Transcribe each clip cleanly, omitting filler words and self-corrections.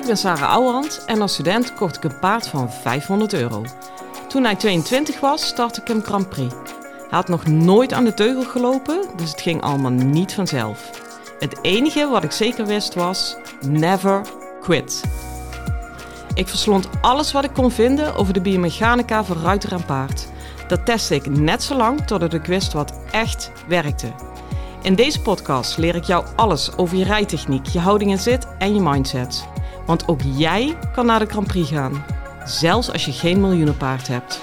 ben Sarah Ouwehand en als student kocht ik een paard van €500. Toen hij 22 was, startte ik hem Grand Prix. Hij had nog nooit aan de teugel gelopen, dus het ging allemaal niet vanzelf. Het enige wat ik zeker wist was, never quit. Ik verslond alles wat ik kon vinden over de biomechanica van ruiter en paard. Dat testte ik net zo lang totdat ik wist wat echt werkte. In deze podcast leer ik jou alles over je rijtechniek, je houding en zit en je mindset. Want ook jij kan naar de Grand Prix gaan, zelfs als je geen miljoenenpaard hebt.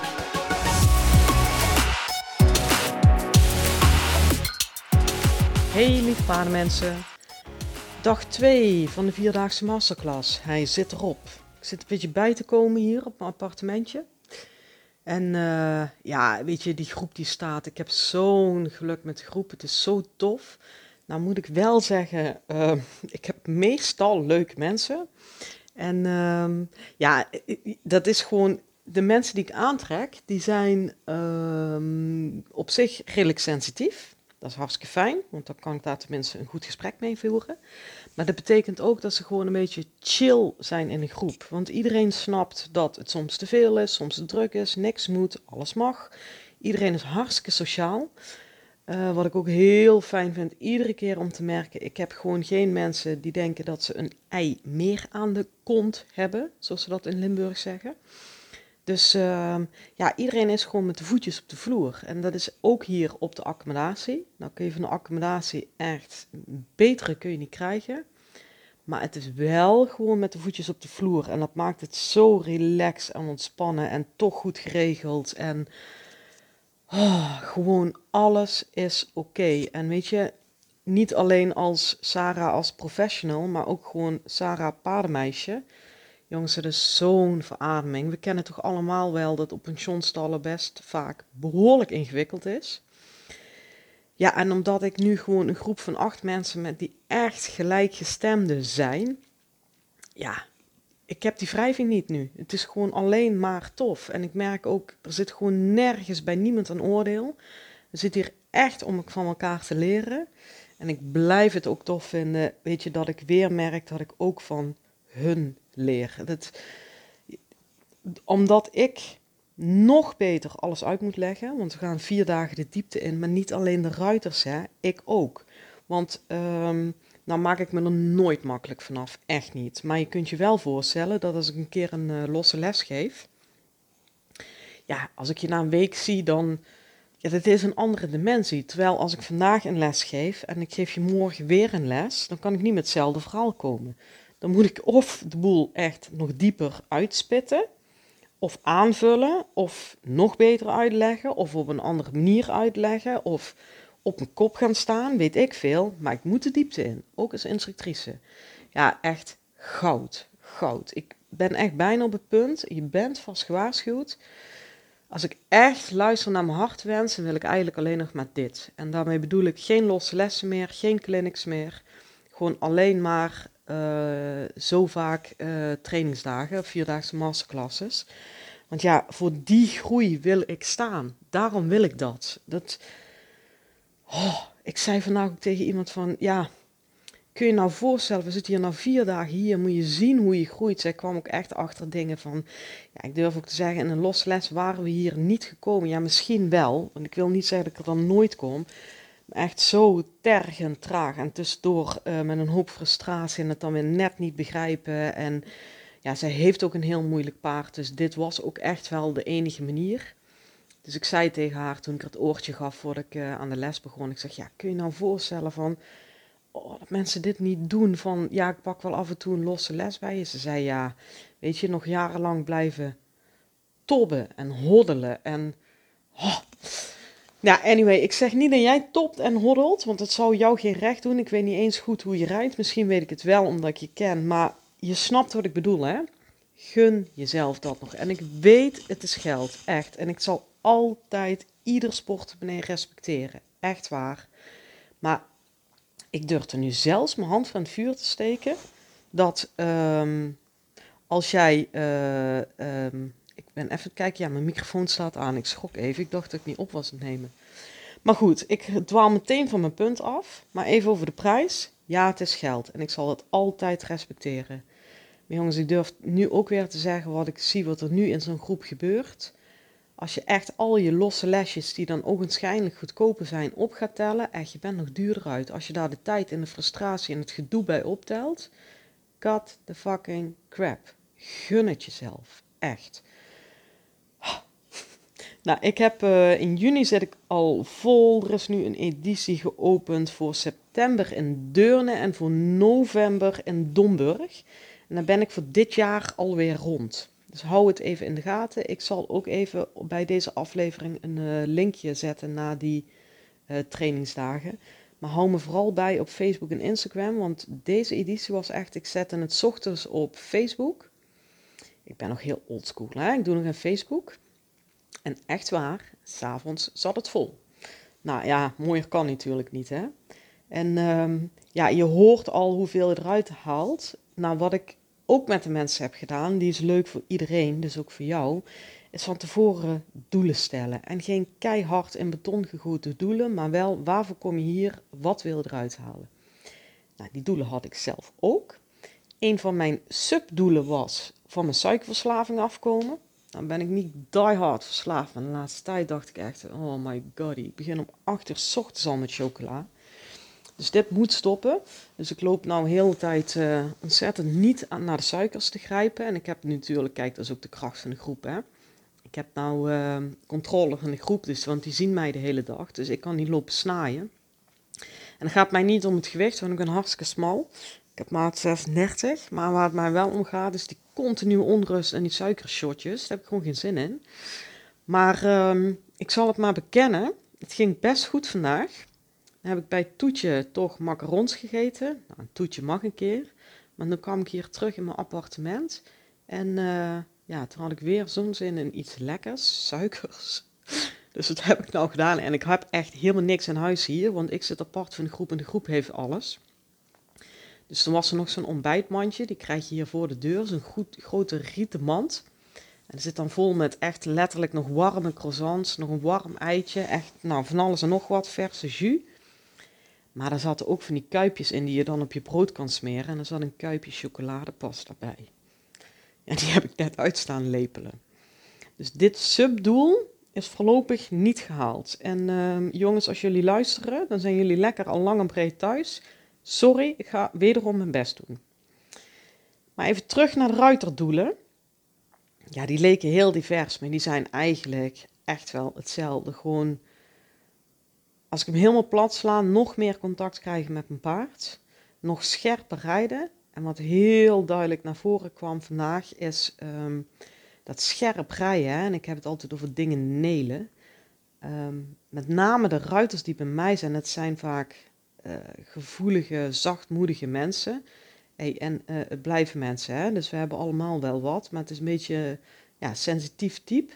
Hey lieve paardenmensen, dag 2 van de 4-daagse masterclass. Hij zit erop. Ik zit een beetje bij te komen hier op mijn appartementje. En weet je, die groep die staat, ik heb zo'n geluk met de groep, het is zo tof. Nou moet ik wel zeggen, ik heb meestal leuke mensen. En dat is gewoon, de mensen die ik aantrek, die zijn op zich redelijk sensitief. Dat is hartstikke fijn, want dan kan ik daar tenminste een goed gesprek mee voeren. Maar dat betekent ook dat ze gewoon een beetje chill zijn in een groep. Want iedereen snapt dat het soms te veel is, soms te druk is, niks moet, alles mag. Iedereen is hartstikke sociaal. Wat ik ook heel fijn vind, iedere keer om te merken, ik heb gewoon geen mensen die denken dat ze een ei meer aan de kont hebben, zoals ze dat in Limburg zeggen. Dus iedereen is gewoon met de voetjes op de vloer. En dat is ook hier op de accommodatie. Nou kun je van de accommodatie echt betere kun je niet krijgen. Maar het is wel gewoon met de voetjes op de vloer. En dat maakt het zo relaxed en ontspannen en toch goed geregeld. En gewoon alles is oké. En weet je, niet alleen als Sarah als professional, maar ook gewoon Sarah paardenmeisje. Jongens, het is zo'n verademing. We kennen toch allemaal wel dat op pensionstallen best vaak behoorlijk ingewikkeld is. Ja, en omdat ik nu gewoon een groep van 8 mensen met die echt gelijkgestemden zijn, ja, ik heb die wrijving niet nu. Het is gewoon alleen maar tof. En ik merk ook, er zit gewoon nergens bij niemand een oordeel. We zitten hier echt om van elkaar te leren. En ik blijf het ook tof vinden, weet je, dat ik weer merk dat ik ook van hun leer. Omdat ik nog beter alles uit moet leggen, want we gaan 4 dagen de diepte in, maar niet alleen de ruiters, hè, ik ook. Want nou maak ik me er nooit makkelijk vanaf, echt niet. Maar je kunt je wel voorstellen dat als ik een keer een losse les geef, ja, als ik je na een week zie, dan, ja, dat is een andere dimensie. Terwijl als ik vandaag een les geef en ik geef je morgen weer een les, dan kan ik niet met hetzelfde verhaal komen. Dan moet ik of de boel echt nog dieper uitspitten, of aanvullen, of nog beter uitleggen, of op een andere manier uitleggen, of op mijn kop gaan staan, weet ik veel. Maar ik moet de diepte in, ook als instructrice. Ja, echt goud, goud. Ik ben echt bijna op het punt, je bent vast gewaarschuwd. Als ik echt luister naar mijn hartwens, dan wil ik eigenlijk alleen nog maar dit. En daarmee bedoel ik geen losse lessen meer, geen clinics meer. Gewoon alleen maar zo vaak trainingsdagen, 4-daagse masterclasses. Want ja, voor die groei wil ik staan. Daarom wil ik dat. Ik zei vandaag ook tegen iemand van, ja, kun je nou voorstellen, we zitten hier nou 4 dagen hier, moet je zien hoe je groeit. Zij kwam ook echt achter dingen van, ja, ik durf ook te zeggen, in een losse les waren we hier niet gekomen. Ja, misschien wel, want ik wil niet zeggen dat ik er dan nooit kom. Maar echt zo tergend traag en tussendoor met een hoop frustratie en het dan weer net niet begrijpen. En ja, zij heeft ook een heel moeilijk paard, dus dit was ook echt wel de enige manier. Dus ik zei tegen haar toen ik haar het oortje gaf voordat ik aan de les begon, ik zeg, ja, kun je nou voorstellen van, dat mensen dit niet doen van, ja, ik pak wel af en toe een losse les bij je. Ze zei, ja, weet je, nog jarenlang blijven tobben en hoddelen en... Nou, anyway, ik zeg niet dat jij topt en hoddelt, want dat zou jou geen recht doen. Ik weet niet eens goed hoe je rijdt. Misschien weet ik het wel omdat ik je ken, maar je snapt wat ik bedoel, hè? Gun jezelf dat nog. En ik weet, het is geld, echt. En ik zal altijd ieder sportmeneer respecteren, echt waar. Maar ik durf er nu zelfs mijn hand van het vuur te steken, dat als jij... ik ben even kijken, ja, mijn microfoon staat aan. Ik schrok even, ik dacht dat ik niet op was aan het nemen. Maar goed, ik dwaal meteen van mijn punt af. Maar even over de prijs. Ja, het is geld en ik zal het altijd respecteren. Maar jongens, ik durf nu ook weer te zeggen wat ik zie wat er nu in zo'n groep gebeurt. Als je echt al je losse lesjes die dan ogenschijnlijk goedkoper zijn op gaat tellen, echt, je bent nog duurder uit. Als je daar de tijd en de frustratie en het gedoe bij optelt, cut the fucking crap. Gun het jezelf. Echt. Nou, ik heb in juni zit ik al vol. Er is nu een editie geopend voor september in Deurne en voor november in Domburg. En dan ben ik voor dit jaar alweer rond. Dus hou het even in de gaten. Ik zal ook even bij deze aflevering een linkje zetten naar die trainingsdagen. Maar hou me vooral bij op Facebook en Instagram, want deze editie was echt, ik zette het 's ochtends op Facebook. Ik ben nog heel oldschool, hè? Ik doe nog een Facebook. En echt waar, 's avonds zat het vol. Nou ja, mooier kan natuurlijk niet, hè. En ja, je hoort al hoeveel je eruit haalt. Nou, wat ik ook met de mensen heb gedaan, die is leuk voor iedereen, dus ook voor jou, is van tevoren doelen stellen. En geen keihard in beton gegoten doelen, maar wel waarvoor kom je hier, wat wil je eruit halen. Nou, die doelen had ik zelf ook. Een van mijn subdoelen was van mijn suikerverslaving afkomen. Dan ben ik niet die hard verslaafd, maar de laatste tijd dacht ik echt, oh my god, ik begin om 8 uur 's ochtends al met chocola. Dus dit moet stoppen. Dus ik loop nou de hele tijd ontzettend niet naar de suikers te grijpen. En ik heb natuurlijk, kijk, dat is ook de kracht van de groep, hè. Ik heb nou controle van de groep, dus, want die zien mij de hele dag. Dus ik kan niet lopen snaaien. En dan gaat het mij niet om het gewicht, want ik ben hartstikke smal. Ik heb maat 36, maar waar het mij wel om gaat is die continue onrust en die suikershotjes. Daar heb ik gewoon geen zin in. Maar ik zal het maar bekennen, het ging best goed vandaag. Dan heb ik bij Toetje toch macarons gegeten. Nou, een Toetje mag een keer. Maar dan kwam ik hier terug in mijn appartement. En ja, toen had ik weer zo'n zin in iets lekkers, suikers. Dus dat heb ik nou gedaan. En ik heb echt helemaal niks in huis hier, want ik zit apart van de groep en de groep heeft alles. Dus toen was er nog zo'n ontbijtmandje, die krijg je hier voor de deur, zo'n grote rieten mand. En er zit dan vol met echt letterlijk nog warme croissants, nog een warm eitje, echt nou, van alles en nog wat, verse jus. Maar er zaten ook van die kuipjes in die je dan op je brood kan smeren. En er zat een kuipje chocoladepasta bij. En die heb ik net uit staan lepelen. Dus dit subdoel is voorlopig niet gehaald. En jongens, als jullie luisteren, dan zijn jullie lekker al lang en breed thuis. Sorry, ik ga wederom mijn best doen. Maar even terug naar de ruiterdoelen. Ja, die leken heel divers, maar die zijn eigenlijk echt wel hetzelfde. Gewoon, als ik hem helemaal plat sla, nog meer contact krijgen met mijn paard. Nog scherper rijden. En wat heel duidelijk naar voren kwam vandaag is dat scherp rijden. Hè? En ik heb het altijd over dingen nelen. Met name de ruiters die bij mij zijn, het zijn vaak gevoelige, zachtmoedige mensen. Hey, en het blijven mensen, hè? Dus we hebben allemaal wel wat, maar het is een beetje ja, sensitief type.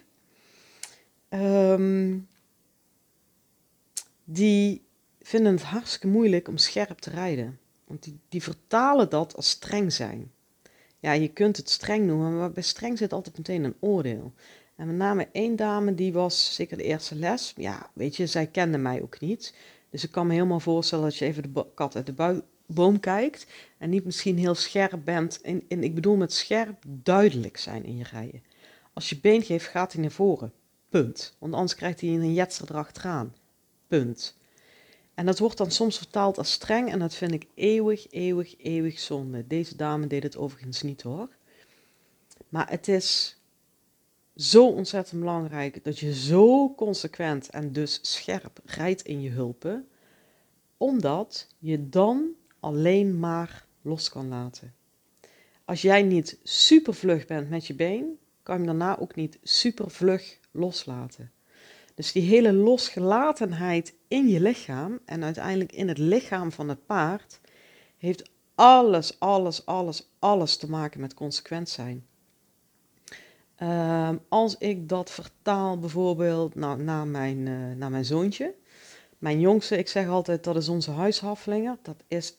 Die vinden het hartstikke moeilijk om scherp te rijden. Want die vertalen dat als streng zijn. Ja, je kunt het streng noemen, maar bij streng zit altijd meteen een oordeel. En met name één dame, die was zeker de eerste les. Ja, weet je, zij kende mij ook niet. Dus ik kan me helemaal voorstellen dat je even de kat uit de boom kijkt. En niet misschien heel scherp bent. En ik bedoel met scherp duidelijk zijn in je rijden. Als je been geeft, gaat hij naar voren. Punt. Want anders krijgt hij een jetser erachteraan. Punt. En dat wordt dan soms vertaald als streng en dat vind ik eeuwig zonde. Deze dame deed het overigens niet hoor. Maar het is zo ontzettend belangrijk dat je zo consequent en dus scherp rijdt in je hulpen, omdat je dan alleen maar los kan laten. Als jij niet super vlug bent met je been, kan je hem daarna ook niet super vlug loslaten. Dus die hele losgelatenheid in je lichaam en uiteindelijk in het lichaam van het paard heeft alles te maken met consequent zijn. Als ik dat vertaal bijvoorbeeld naar mijn zoontje. Mijn jongste, ik zeg altijd dat is onze huishaflinger. Dat is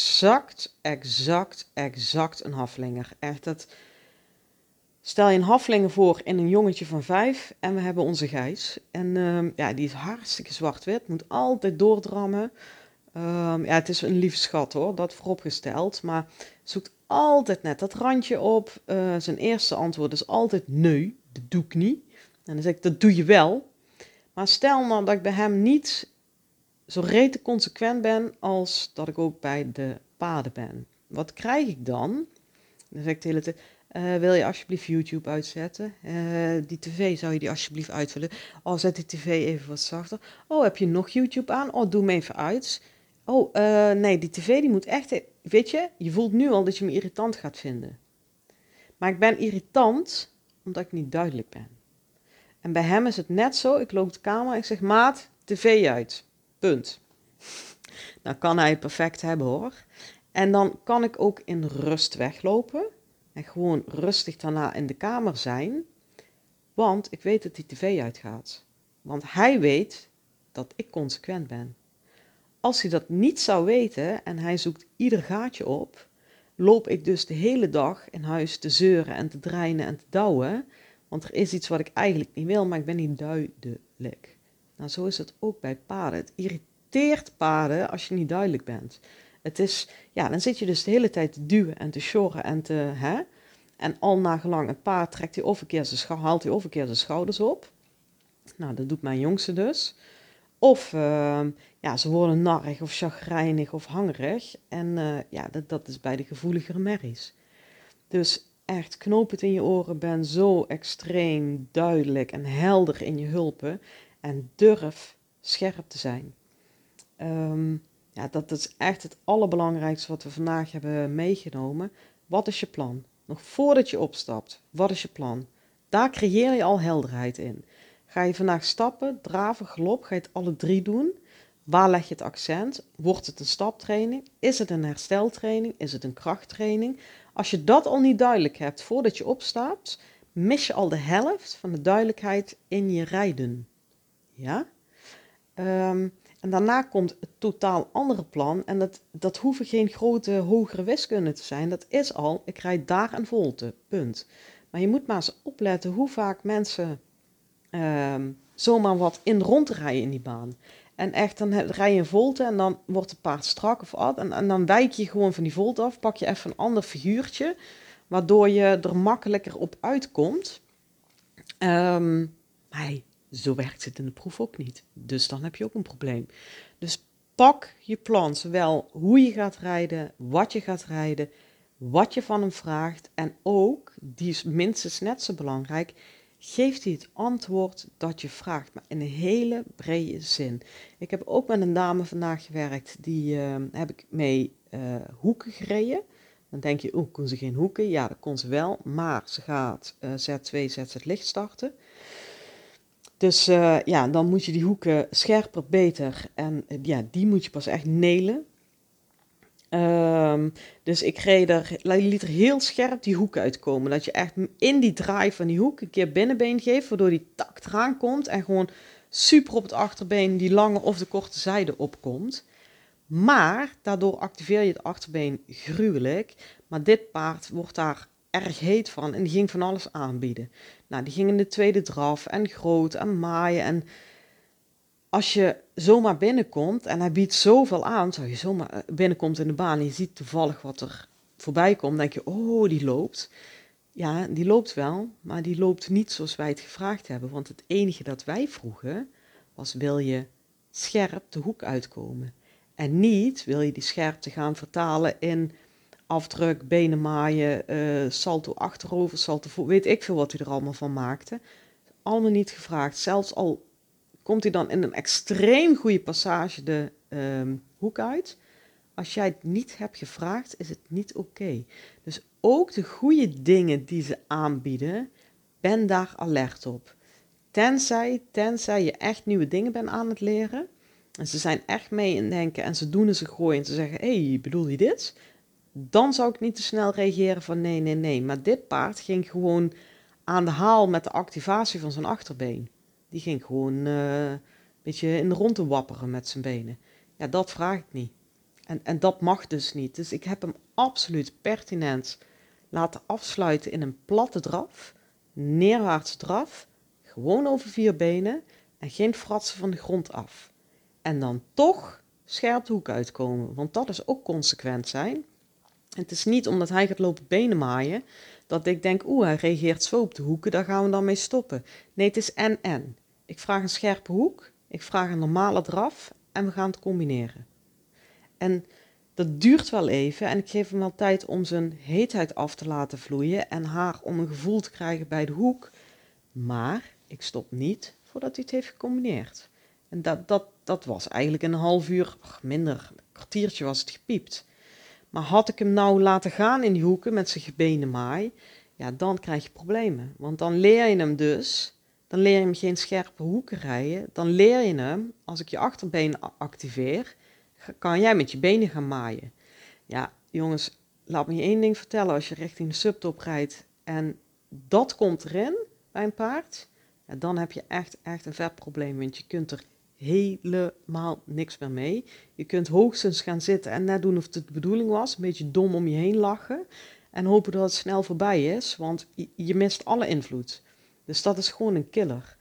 exact een haflinger. Echt, stel je een haflinger voor in een jongetje van 5 en we hebben onze Gijs. En ja, die is hartstikke zwart-wit, moet altijd doordrammen. Ja, het is een lieve schat hoor, dat vooropgesteld. Maar zoekt altijd net dat randje op. Zijn eerste antwoord is altijd nee, dat doe ik niet. En dan zeg ik, dat doe je wel. Maar stel nou dat ik bij hem niet zo rete consequent ben als dat ik ook bij de paarden ben. Wat krijg ik dan? Dan zeg ik de hele tijd, wil je alsjeblieft YouTube uitzetten? Die tv, zou je die alsjeblieft uit willen? Oh, zet die tv even wat zachter. Oh, heb je nog YouTube aan? Oh, doe hem even uit. Oh, nee, die tv die moet echt... Weet je, je voelt nu al dat je me irritant gaat vinden. Maar ik ben irritant omdat ik niet duidelijk ben. En bij hem is het net zo. Ik loop de kamer en ik zeg, maat, tv uit. Punt. Nou kan hij het perfect hebben hoor. En dan kan ik ook in rust weglopen. En gewoon rustig daarna in de kamer zijn. Want ik weet dat die tv uitgaat. Want hij weet dat ik consequent ben. Als hij dat niet zou weten en hij zoekt ieder gaatje op, loop ik dus de hele dag in huis te zeuren en te dreinen en te douwen. Want er is iets wat ik eigenlijk niet wil, maar ik ben niet duidelijk. Nou, zo is het ook bij paarden. Het irriteert paarden als je niet duidelijk bent. Het is, ja, dan zit je dus de hele tijd te duwen en te sjorren en te, hè. En al nagelang het paard trekt hij of een keer haalt hij of een keer zijn schouders op. Nou, dat doet mijn jongste dus. Of ja, ze worden narrig of chagrijnig of hangerig. En ja, dat is bij de gevoeligere merries. Dus echt, knoop het in je oren, ben zo extreem duidelijk en helder in je hulpen. En durf scherp te zijn. Ja, dat is echt het allerbelangrijkste wat we vandaag hebben meegenomen. Wat is je plan? Nog voordat je opstapt, wat is je plan? Daar creëer je al helderheid in. Ga je vandaag stappen, draven, galop? Ga je het alle drie doen? Waar leg je het accent? Wordt het een staptraining? Is het een hersteltraining? Is het een krachttraining? Als je dat al niet duidelijk hebt voordat je opstapt, mis je al de helft van de duidelijkheid in je rijden. Ja? En daarna komt het totaal andere plan. En dat hoeven geen grote, hogere wiskunde te zijn. Dat is al, ik rijd daar een volte, punt. Maar je moet maar eens opletten hoe vaak mensen zomaar wat in rondrijden in die baan. En echt, dan rij je een volte en dan wordt het paard strak of wat. En dan wijk je gewoon van die volte af, pak je even een ander figuurtje, waardoor je er makkelijker op uitkomt. Maar hey, zo werkt het in de proef ook niet. Dus dan heb je ook een probleem. Dus pak je plan, zowel hoe je gaat rijden, wat je van hem vraagt. En ook, die is minstens net zo belangrijk, geeft hij het antwoord dat je vraagt, maar in een hele brede zin. Ik heb ook met een dame vandaag gewerkt, die heb ik mee hoeken gereden. Dan denk je, kon ze geen hoeken? Ja, dat kon ze wel, maar ze gaat Z2, ZZ licht starten. Dus ja, dan moet je die hoeken scherper, beter en ja, die moet je pas echt nelen. Dus ik liet er heel scherp die hoeken uitkomen. Dat je echt in die draai van die hoek een keer binnenbeen geeft, waardoor die tak eraan komt en gewoon super op het achterbeen die lange of de korte zijde opkomt. Maar daardoor activeer je het achterbeen gruwelijk. Maar dit paard wordt daar erg heet van en die ging van alles aanbieden. Nou, die ging in de tweede draf en groot en maaien. En als je zomaar binnenkomt en hij biedt zoveel aan, zo je zomaar binnenkomt in de baan en je ziet toevallig wat er voorbij komt, denk je, oh, die loopt. Ja, die loopt wel, maar die loopt niet zoals wij het gevraagd hebben. Want het enige dat wij vroegen was, wil je scherp de hoek uitkomen? En niet wil je die scherpte gaan vertalen in afdruk, benen maaien, salto achterover, salto voor, weet ik veel wat hij er allemaal van maakte. Allemaal niet gevraagd. Zelfs al komt hij dan in een extreem goede passage de hoek uit. Als jij het niet hebt gevraagd, is het niet oké. Dus ook de goede dingen die ze aanbieden, ben daar alert op. Tenzij je echt nieuwe dingen bent aan het leren. En ze zijn echt mee in denken en ze doen en ze gooien en ze zeggen, hé, bedoel je dit? Dan zou ik niet te snel reageren van nee. Maar dit paard ging gewoon aan de haal met de activatie van zijn achterbeen. Die ging gewoon een beetje in de ronde wapperen met zijn benen. Ja, dat vraag ik niet. En dat mag dus niet. Dus ik heb hem absoluut pertinent laten afsluiten in een platte draf, neerwaarts draf, gewoon over 4 benen en geen fratsen van de grond af. En dan toch scherp de hoek uitkomen. Want dat is ook consequent zijn. Het is niet omdat hij gaat lopen benen maaien, dat ik denk, hij reageert zo op de hoeken, daar gaan we dan mee stoppen. Nee, het is en. Ik vraag een scherpe hoek, ik vraag een normale draf en we gaan het combineren. En dat duurt wel even en ik geef hem wel tijd om zijn heetheid af te laten vloeien en haar om een gevoel te krijgen bij de hoek. Maar ik stop niet voordat hij het heeft gecombineerd. En dat was eigenlijk in een half uur, minder, een kwartiertje was het gepiept. Maar had ik hem nou laten gaan in die hoeken met zijn gebenen maai, ja, dan krijg je problemen. Want dan leer je hem dus, dan leer je hem geen scherpe hoeken rijden. Dan leer je hem, als ik je achterbeen activeer, kan jij met je benen gaan maaien. Ja, jongens, laat me je één ding vertellen. Als je richting de subtop rijdt en dat komt erin bij een paard, ja, dan heb je echt een vetprobleem. Want je kunt er helemaal niks meer mee. Je kunt hoogstens gaan zitten en net doen of het de bedoeling was. Een beetje dom om je heen lachen. En hopen dat het snel voorbij is. Want je mist alle invloed. Dus dat is gewoon een killer.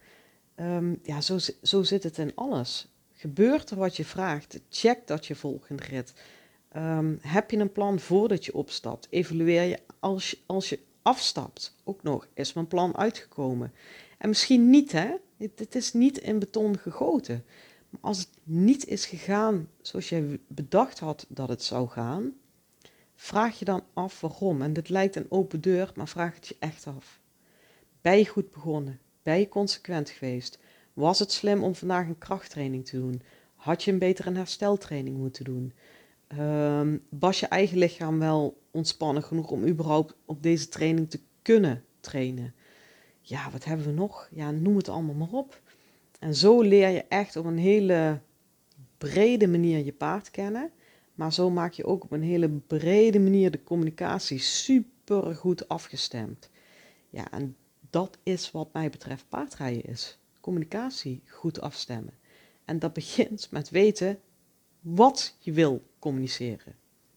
Ja, zo zit het in alles. Gebeurt er wat je vraagt? Check dat je volgende rit. Heb je een plan voordat je opstapt? Evalueer je als je afstapt. Ook nog, is mijn plan uitgekomen? En misschien niet, hè? Het is niet in beton gegoten. Maar als het niet is gegaan zoals jij bedacht had dat het zou gaan, vraag je dan af waarom. En dit lijkt een open deur, maar vraag het je echt af. Ben je goed begonnen? Ben je consequent geweest? Was het slim om vandaag een krachttraining te doen? Had je een betere hersteltraining moeten doen? Was je eigen lichaam wel ontspannen genoeg om überhaupt op deze training te kunnen trainen? Ja, wat hebben we nog? Ja, noem het allemaal maar op. En zo leer je echt op een hele brede manier je paard kennen. Maar zo maak je ook op een hele brede manier de communicatie super goed afgestemd. Ja, en dat is wat mij betreft paardrijden is. Communicatie goed afstemmen. En dat begint met weten wat je wil communiceren.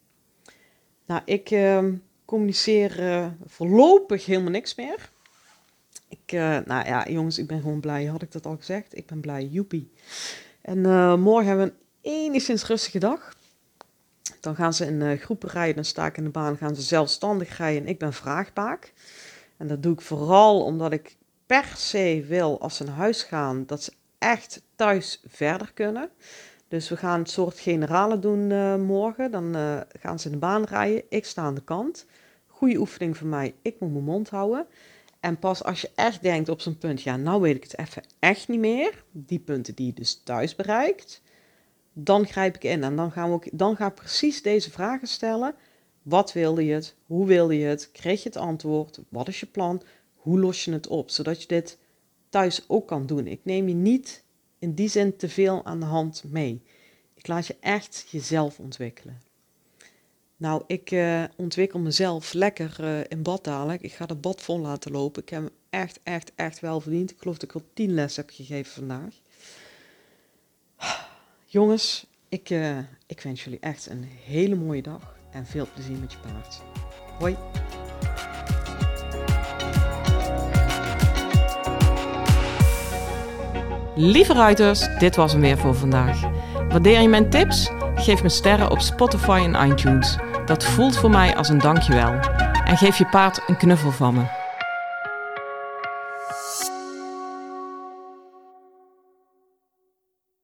Nou, ik communiceer voorlopig helemaal niks meer. Nou ja, jongens, ik ben gewoon blij. Had ik dat al gezegd? Ik ben blij, joepie. En morgen hebben we een enigszins rustige dag. Dan gaan ze in groepen rijden, dan sta ik in de baan, gaan ze zelfstandig rijden en ik ben vraagbaak. En dat doe ik vooral omdat ik per se wil, als ze naar huis gaan, dat ze echt thuis verder kunnen. Dus we gaan een soort generale doen morgen. Dan gaan ze in de baan rijden, ik sta aan de kant. Goeie oefening voor mij, ik moet mijn mond houden. En pas als je echt denkt op zo'n punt, ja, nou weet ik het even echt niet meer. Die punten die je dus thuis bereikt. Dan grijp ik in en dan ga ik precies deze vragen stellen. Wat wilde je het? Hoe wilde je het? Kreeg je het antwoord? Wat is je plan? Hoe los je het op? Zodat je dit thuis ook kan doen. Ik neem je niet in die zin te veel aan de hand mee. Ik laat je echt jezelf ontwikkelen. Nou, ik ontwikkel mezelf lekker in bad dadelijk. Ik ga het bad vol laten lopen. Ik heb hem echt wel verdiend. Ik geloof dat ik al 10 lessen heb gegeven vandaag. Jongens, ik wens jullie echt een hele mooie dag en veel plezier met je paard. Hoi! Lieve ruiters, dit was hem weer voor vandaag. Waardeer je mijn tips? Geef me sterren op Spotify en iTunes. Dat voelt voor mij als een dankjewel. En geef je paard een knuffel van me.